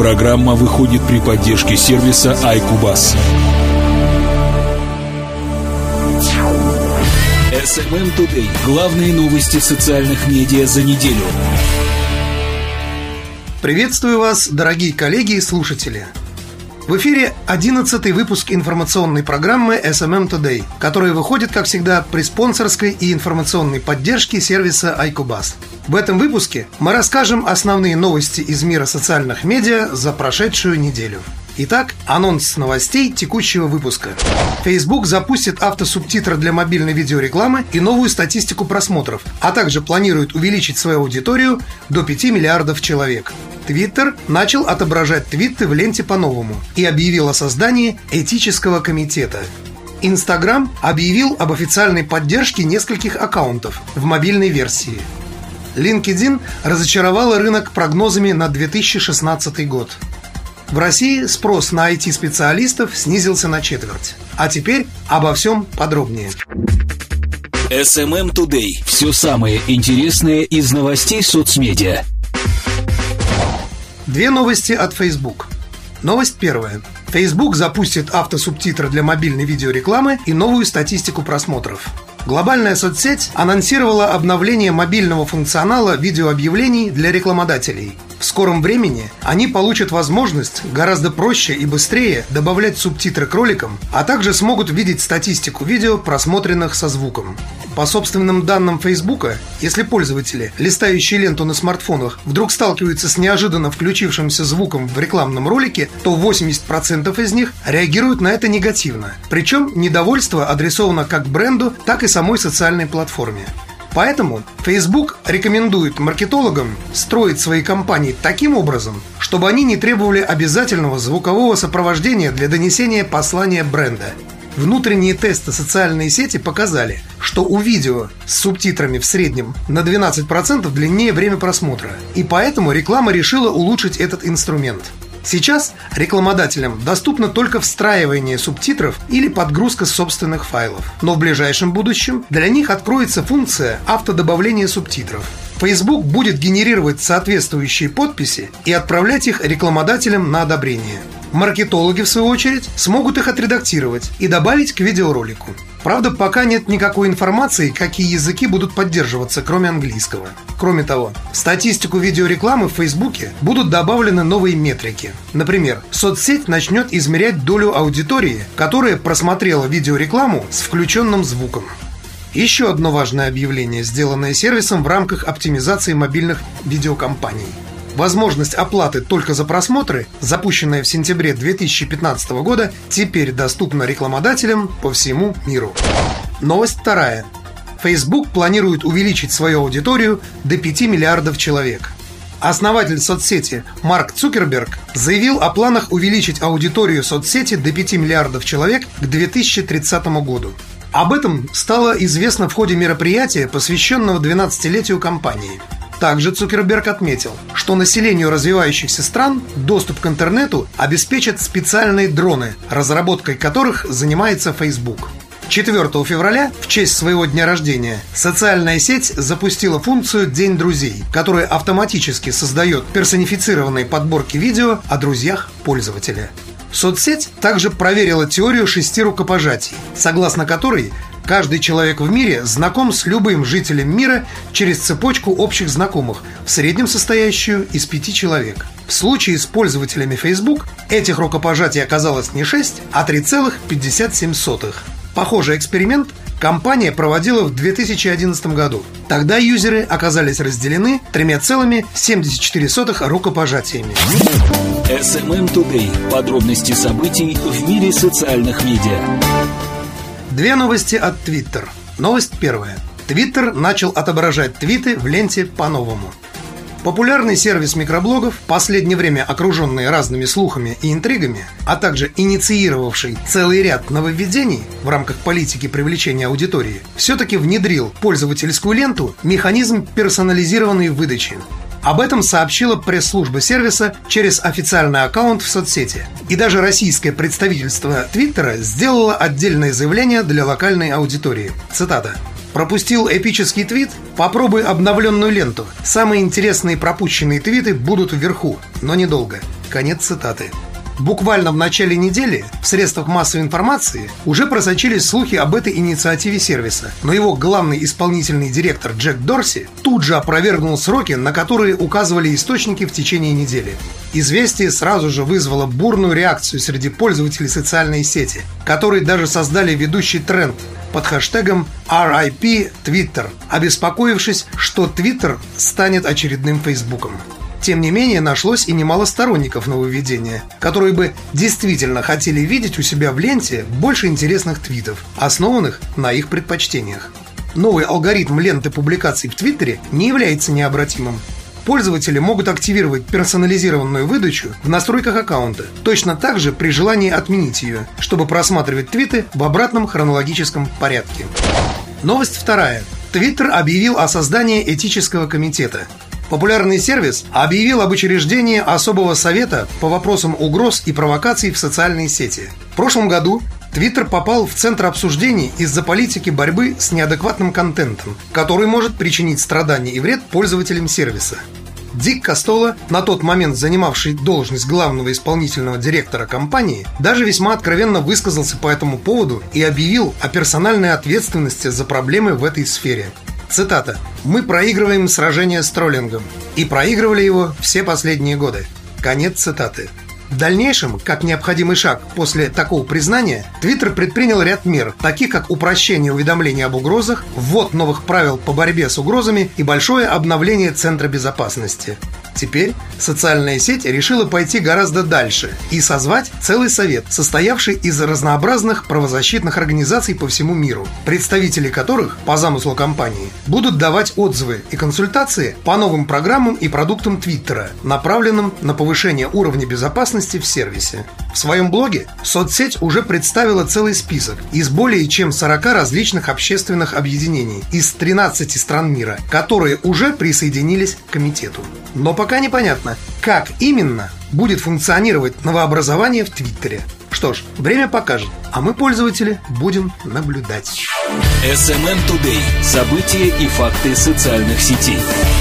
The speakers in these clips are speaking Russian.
Программа выходит при поддержке сервиса iCubus. SMM Today. Главные новости социальных медиа за неделю. Приветствую вас, дорогие коллеги и слушатели. В эфире 11-й выпуск информационной программы SMM Today, которая выходит, как всегда, при спонсорской и информационной поддержке сервиса iCubus. В этом выпуске мы расскажем основные новости из мира социальных медиа за прошедшую неделю. Итак, анонс новостей текущего выпуска. Facebook запустит автосубтитры для мобильной видеорекламы и новую статистику просмотров, а также планирует увеличить свою аудиторию до 5 миллиардов человек. Twitter начал отображать твиты в ленте по-новому и объявил о создании этического комитета. Instagram объявил об официальной поддержке нескольких аккаунтов в мобильной версии. LinkedIn разочаровала рынок прогнозами на 2016 год. В России спрос на IT-специалистов снизился на четверть. А теперь обо всем подробнее. SMM Today. Все самое интересное из новостей соцмедиа. Две новости от Facebook. Новость первая. Facebook запустит автосубтитры для мобильной видеорекламы и новую статистику просмотров. Глобальная соцсеть анонсировала обновление мобильного функционала видеообъявлений для рекламодателей. В скором времени они получат возможность гораздо проще и быстрее добавлять субтитры к роликам, а также смогут видеть статистику видео, просмотренных со звуком. По собственным данным Фейсбука, если пользователи, листающие ленту на смартфонах, вдруг сталкиваются с неожиданно включившимся звуком в рекламном ролике, то 80% из них реагируют на это негативно. Причем недовольство адресовано как бренду, так и самой социальной платформе. Поэтому Facebook рекомендует маркетологам строить свои кампании таким образом, чтобы они не требовали обязательного звукового сопровождения для донесения послания бренда. Внутренние тесты социальной сети показали, что у видео с субтитрами в среднем на 12% длиннее время просмотра, и поэтому реклама решила улучшить этот инструмент. Сейчас рекламодателям доступно только встраивание субтитров или подгрузка собственных файлов. Но в ближайшем будущем для них откроется функция автодобавления субтитров. Facebook будет генерировать соответствующие подписи и отправлять их рекламодателям на одобрение. Маркетологи, в свою очередь, смогут их отредактировать и добавить к видеоролику. Правда, пока нет никакой информации, какие языки будут поддерживаться, кроме английского. Кроме того, в статистику видеорекламы в Фейсбуке будут добавлены новые метрики. Например, соцсеть начнет измерять долю аудитории, которая просмотрела видеорекламу с включенным звуком. Еще одно важное объявление, сделанное сервисом в рамках оптимизации мобильных видеокомпаний. Возможность оплаты только за просмотры, запущенная в сентябре 2015 года, теперь доступна рекламодателям по всему миру. Новость вторая. Facebook планирует увеличить свою аудиторию до 5 миллиардов человек. Основатель соцсети Марк Цукерберг заявил о планах увеличить аудиторию соцсети до 5 миллиардов человек к 2030 году. Об этом стало известно в ходе мероприятия, посвященного 12-летию компании. Также Цукерберг отметил, что населению развивающихся стран доступ к интернету обеспечат специальные дроны, разработкой которых занимается Facebook. 4 февраля, в честь своего дня рождения, социальная сеть запустила функцию «День друзей», которая автоматически создает персонифицированные подборки видео о друзьях пользователя. Соцсеть также проверила теорию 6 рукопожатий, согласно которой каждый человек в мире знаком с любым жителем мира через цепочку общих знакомых, в среднем состоящую из 5 человек. В случае с пользователями Facebook этих рукопожатий оказалось не 6, а 3,57. Похожий эксперимент компания проводила в 2011 году. Тогда юзеры оказались разделены 3,74 рукопожатиями. SMM Today. Подробности событий в мире социальных медиа. Две новости от Twitter. Новость первая. Twitter начал отображать твиты в ленте по-новому. Популярный сервис микроблогов, в последнее время окруженный разными слухами и интригами, а также инициировавший целый ряд нововведений в рамках политики привлечения аудитории, все-таки внедрил в пользовательскую ленту механизм персонализированной выдачи. Об этом сообщила пресс-служба сервиса через официальный аккаунт в соцсети. И даже российское представительство Твиттера сделало отдельное заявление для локальной аудитории. Цитата. «Пропустил эпический твит? Попробуй обновленную ленту. Самые интересные пропущенные твиты будут вверху, но недолго. Конец цитаты. Буквально в начале недели в средствах массовой информации уже просочились слухи об этой инициативе сервиса, но его главный исполнительный директор Джек Дорси тут же опровергнул сроки, на которые указывали источники в течение недели. Известие сразу же вызвало бурную реакцию среди пользователей социальной сети, которые даже создали ведущий тренд под хэштегом RIP Twitter, обеспокоившись, что Twitter станет очередным Фейсбуком. Тем не менее, нашлось и немало сторонников нововведения, которые бы действительно хотели видеть у себя в ленте больше интересных твитов, основанных на их предпочтениях. Новый алгоритм ленты публикаций в Твиттере не является необратимым. Пользователи могут активировать персонализированную выдачу в настройках аккаунта, точно так же при желании отменить ее, чтобы просматривать твиты в обратном хронологическом порядке. Новость вторая. Твиттер объявил о создании этического комитета. Популярный сервис объявил об учреждении особого совета по вопросам угроз и провокаций в социальной сети. В прошлом году Twitter попал в центр обсуждений из-за политики борьбы с неадекватным контентом, который может причинить страдания и вред пользователям сервиса. Дик Костола, на тот момент занимавший должность главного исполнительного директора компании, даже весьма откровенно высказался по этому поводу и объявил о персональной ответственности за проблемы в этой сфере. Цитата. «Мы проигрываем сражение с троллингом. И проигрывали его все последние годы». Конец цитаты. В дальнейшем, как необходимый шаг после такого признания, Twitter предпринял ряд мер, таких как упрощение уведомлений об угрозах, ввод новых правил по борьбе с угрозами и большое обновление Центра безопасности. Теперь социальная сеть решила пойти гораздо дальше и созвать целый совет, состоявший из разнообразных правозащитных организаций по всему миру, представители которых, по замыслу компании, будут давать отзывы и консультации по новым программам и продуктам Твиттера, направленным на повышение уровня безопасности в сервисе. В своем блоге соцсеть уже представила целый список из более чем 40 различных общественных объединений из 13 стран мира, которые уже присоединились к комитету. Но пока непонятно, как именно будет функционировать новообразование в Твиттере. Что ж, время покажет, а мы, пользователи, будем наблюдать. SMM Today. События и факты социальных сетей.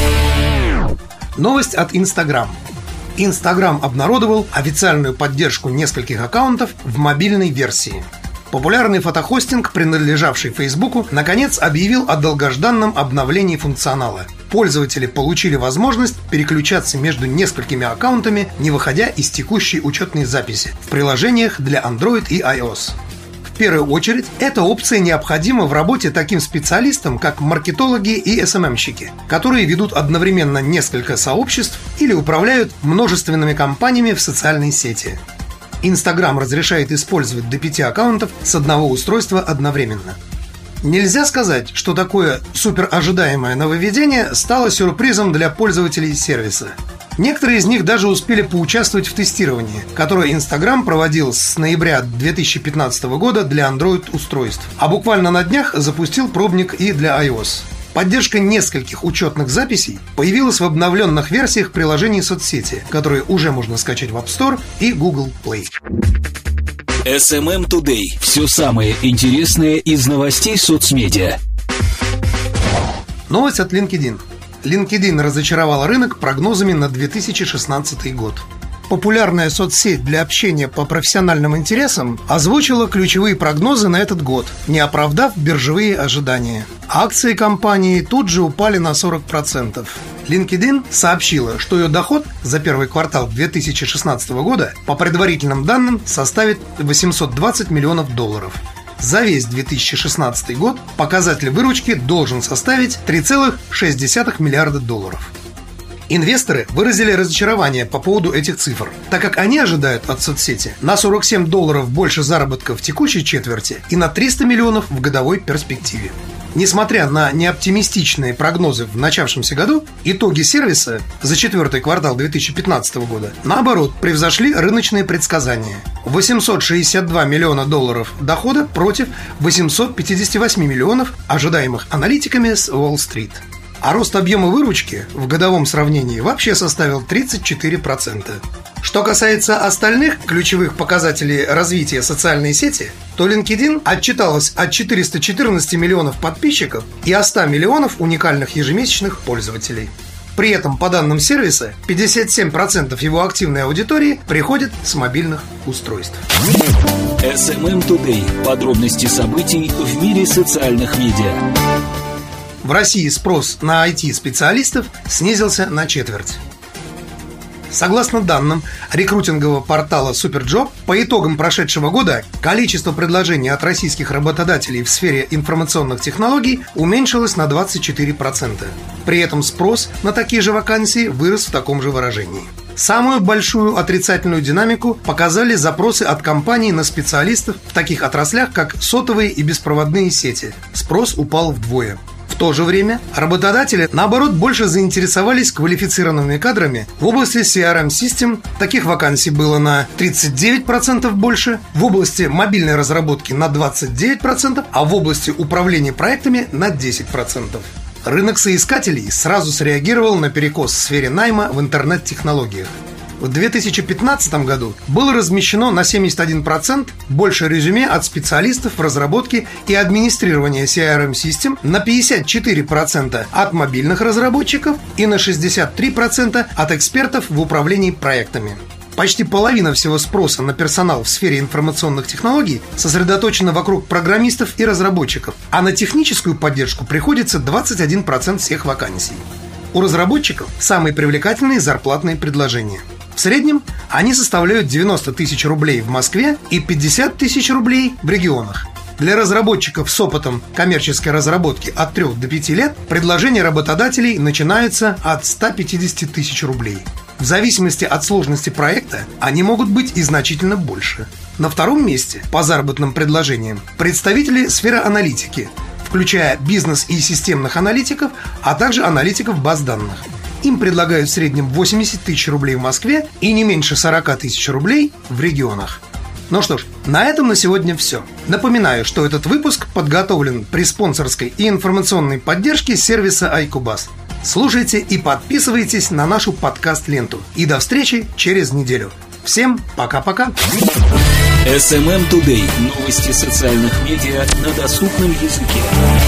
Новость от Instagram. Instagram обнародовал официальную поддержку нескольких аккаунтов в мобильной версии. Популярный фотохостинг, принадлежавший Фейсбуку, наконец объявил о долгожданном обновлении функционала. Пользователи получили возможность переключаться между несколькими аккаунтами, не выходя из текущей учетной записи в приложениях для Android и iOS. В первую очередь, эта опция необходима в работе таким специалистам, как маркетологи и SMM-щики, которые ведут одновременно несколько сообществ или управляют множественными компаниями в социальной сети. Instagram разрешает использовать до 5 аккаунтов с одного устройства одновременно. Нельзя сказать, что такое суперожидаемое нововведение стало сюрпризом для пользователей сервиса. Некоторые из них даже успели поучаствовать в тестировании, которое Instagram проводил с ноября 2015 года для Android-устройств, а буквально на днях запустил пробник и для iOS. Поддержка нескольких учетных записей появилась в обновленных версиях приложений соцсети, которые уже можно скачать в App Store и Google Play. SMM Today. Все самое интересное из новостей соцмедиа. Новость от LinkedIn. LinkedIn разочаровал рынок прогнозами на 2016 год. Популярная соцсеть для общения по профессиональным интересам озвучила ключевые прогнозы на этот год, не оправдав биржевые ожидания. Акции компании тут же упали на 40%. LinkedIn сообщила, что ее доход за первый квартал 2016 года по предварительным данным составит $820 миллионов. За весь 2016 год показатель выручки должен составить $3,6 миллиарда. Инвесторы выразили разочарование по поводу этих цифр, так как они ожидают от соцсети на $47 больше заработка в текущей четверти и на $300 миллионов в годовой перспективе. Несмотря на неоптимистичные прогнозы в начавшемся году, итоги сервиса за четвертый квартал 2015 года, наоборот, превзошли рыночные предсказания. $862 миллиона дохода против 858 миллионов, ожидаемых аналитиками с Уолл-стрит. А рост объема выручки в годовом сравнении вообще составил 34%. Что касается остальных ключевых показателей развития социальной сети, то LinkedIn отчиталась от 414 миллионов подписчиков и о 100 миллионов уникальных ежемесячных пользователей. При этом, по данным сервиса, 57% его активной аудитории приходит с мобильных устройств. SMM Today. Подробности событий в мире социальных медиа. В России спрос на IT-специалистов снизился на четверть. Согласно данным рекрутингового портала Superjob, по итогам прошедшего года количество предложений от российских работодателей в сфере информационных технологий уменьшилось на 24%. При этом спрос на такие же вакансии вырос в таком же выражении. Самую большую отрицательную динамику показали запросы от компаний на специалистов в таких отраслях, как сотовые и беспроводные сети. Спрос упал вдвое. В то же время работодатели, наоборот, больше заинтересовались квалифицированными кадрами в области CRM-систем. Таких вакансий было на 39% больше, в области мобильной разработки на 29%, а в области управления проектами на 10%. Рынок соискателей сразу среагировал на перекос в сфере найма в интернет-технологиях. В 2015 году было размещено на 71% больше резюме от специалистов в разработке и администрировании CRM-систем, на 54% от мобильных разработчиков и на 63% от экспертов в управлении проектами. Почти половина всего спроса на персонал в сфере информационных технологий сосредоточена вокруг программистов и разработчиков, а на техническую поддержку приходится 21% всех вакансий. У разработчиков самые привлекательные зарплатные предложения. В среднем они составляют 90 тысяч рублей в Москве и 50 тысяч рублей в регионах. Для разработчиков с опытом коммерческой разработки от 3 до 5 лет предложения работодателей начинаются от 150 тысяч рублей. В зависимости от сложности проекта они могут быть и значительно больше. На втором месте по заработным предложениям представители сферы аналитики, включая бизнес и системных аналитиков, а также аналитиков баз данных. Им предлагают в среднем 80 тысяч рублей в Москве и не меньше 40 тысяч рублей в регионах. Ну что ж, на этом на сегодня все. Напоминаю, что этот выпуск подготовлен при спонсорской и информационной поддержке сервиса iCubus. Слушайте и подписывайтесь на нашу подкаст-ленту. И до встречи через неделю. Всем пока-пока. SMM Today. Новости социальных медиа на доступном языке.